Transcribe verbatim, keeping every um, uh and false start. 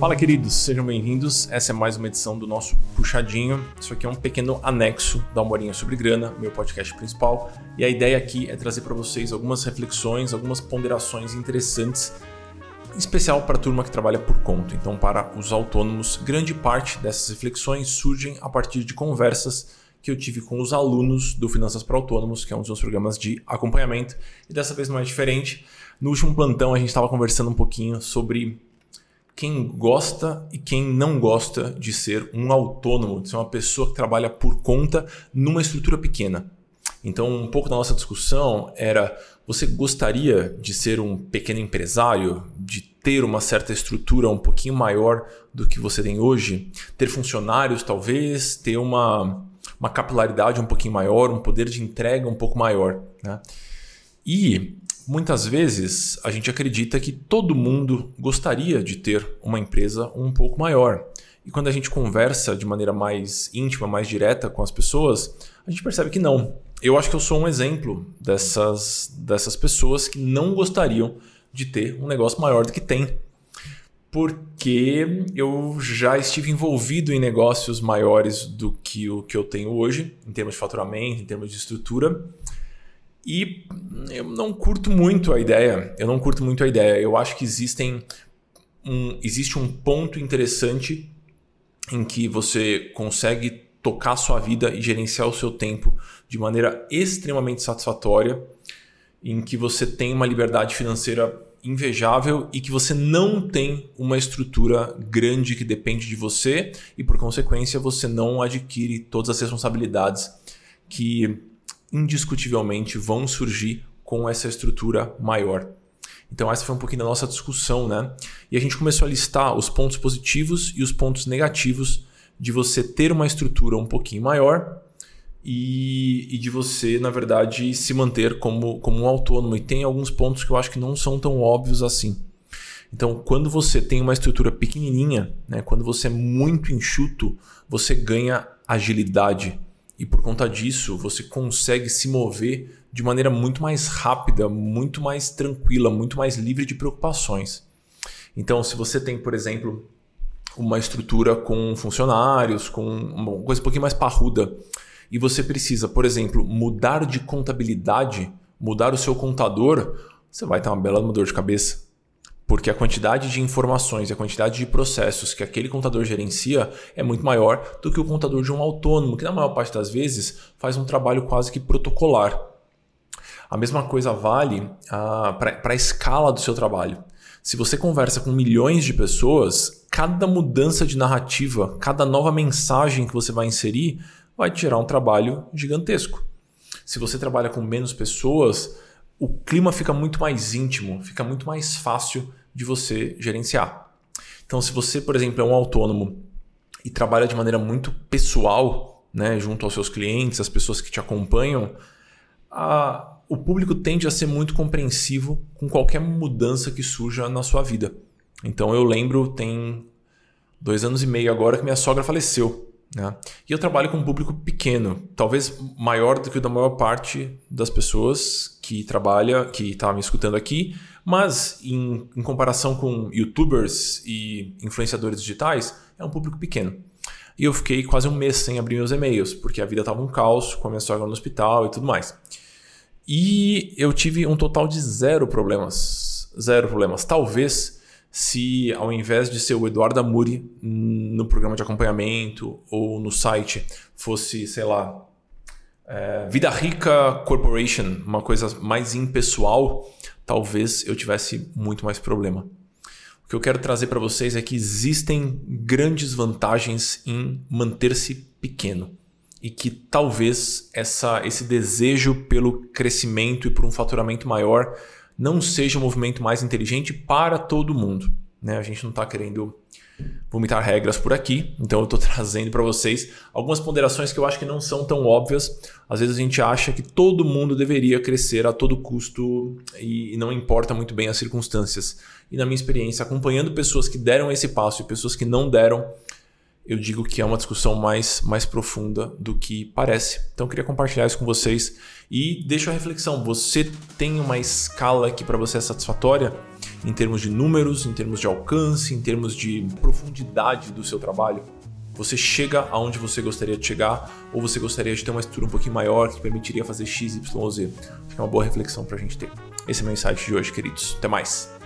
Fala, queridos, sejam bem-vindos. Essa é mais uma edição do nosso Puxadinho. Isso aqui é um pequeno anexo da Uma Horinha Sobre Grana, meu podcast principal. E a ideia aqui é trazer para vocês algumas reflexões, algumas ponderações interessantes, em especial para a turma que trabalha por conta. Então, para os autônomos, grande parte dessas reflexões surgem a partir de conversas que eu tive com os alunos do Finanças para Autônomos, que é um dos meus programas de acompanhamento. E dessa vez não é diferente. No último plantão, a gente estava conversando um pouquinho sobre quem gosta e quem não gosta de ser um autônomo, de ser uma pessoa que trabalha por conta numa estrutura pequena. Então, um pouco da nossa discussão era: você gostaria de ser um pequeno empresário, de ter uma certa estrutura um pouquinho maior do que você tem hoje? Ter funcionários, talvez, ter uma, uma capilaridade um pouquinho maior, um poder de entrega um pouco maior, né? E muitas vezes a gente acredita que todo mundo gostaria de ter uma empresa um pouco maior. E quando a gente conversa de maneira mais íntima, mais direta com as pessoas, a gente percebe que não. Eu acho que eu sou um exemplo dessas, dessas pessoas que não gostariam de ter um negócio maior do que tem. Porque eu já estive envolvido em negócios maiores do que o que eu tenho hoje, em termos de faturamento, em termos de estrutura. E eu não curto muito a ideia. Eu não curto muito a ideia. Eu acho que existem um, existe um ponto interessante em que você consegue tocar a sua vida e gerenciar o seu tempo de maneira extremamente satisfatória, em que você tem uma liberdade financeira invejável e que você não tem uma estrutura grande que depende de você e, por consequência, você não adquire todas as responsabilidades que indiscutivelmente vão surgir com essa estrutura maior. Então essa foi um pouquinho da nossa discussão, né? E a gente começou a listar os pontos positivos e os pontos negativos de você ter uma estrutura um pouquinho maior e, e de você, na verdade, se manter como, como um autônomo. E tem alguns pontos que eu acho que não são tão óbvios assim. Então, quando você tem uma estrutura pequenininha, né, quando você é muito enxuto, você ganha agilidade. E por conta disso, você consegue se mover de maneira muito mais rápida, muito mais tranquila, muito mais livre de preocupações. Então, se você tem, por exemplo, uma estrutura com funcionários, com uma coisa um pouquinho mais parruda, e você precisa, por exemplo, mudar de contabilidade, mudar o seu contador, você vai ter uma bela dor de cabeça. Porque a quantidade de informações e a quantidade de processos que aquele contador gerencia é muito maior do que o contador de um autônomo, que na maior parte das vezes faz um trabalho quase que protocolar. A mesma coisa vale ah, para a escala do seu trabalho. Se você conversa com milhões de pessoas, cada mudança de narrativa, cada nova mensagem que você vai inserir vai te gerar um trabalho gigantesco. Se você trabalha com menos pessoas, o clima fica muito mais íntimo, fica muito mais fácil de você gerenciar. Então, se você, por exemplo, é um autônomo e trabalha de maneira muito pessoal, né, junto aos seus clientes, as pessoas que te acompanham, a, o público tende a ser muito compreensivo com qualquer mudança que surja na sua vida. Então, eu lembro, tem dois anos e meio agora que minha sogra faleceu. Né? E eu trabalho com um público pequeno, talvez maior do que o da maior parte das pessoas que trabalha, que está me escutando aqui, mas em, em comparação com youtubers e influenciadores digitais, é um público pequeno. E eu fiquei quase um mês sem abrir meus e-mails, porque a vida estava um caos, com a minha sogra no hospital e tudo mais. E eu tive um total de zero problemas. Zero problemas. Talvez se ao invés de ser o Eduardo Amuri no programa de acompanhamento ou no site fosse, sei lá, é, Vida Rica Corporation, uma coisa mais impessoal, talvez eu tivesse muito mais problema. O que eu quero trazer para vocês é que existem grandes vantagens em manter-se pequeno e que talvez essa, esse desejo pelo crescimento e por um faturamento maior não seja um movimento mais inteligente para todo mundo, né? A gente não está querendo vomitar regras por aqui, então eu estou trazendo para vocês algumas ponderações que eu acho que não são tão óbvias. Às vezes a gente acha que todo mundo deveria crescer a todo custo e não importa muito bem as circunstâncias. E na minha experiência, acompanhando pessoas que deram esse passo e pessoas que não deram, eu digo que é uma discussão mais, mais profunda do que parece. Então eu queria compartilhar isso com vocês e deixo a reflexão. Você tem uma escala que para você é satisfatória? em termos de números, em termos de alcance, em termos de profundidade do seu trabalho? Você chega aonde você gostaria de chegar ou você gostaria de ter uma estrutura um pouquinho maior que permitiria fazer X, Y ou Z? Acho que é uma boa reflexão para a gente ter. Esse é o meu insight de hoje, queridos. Até mais!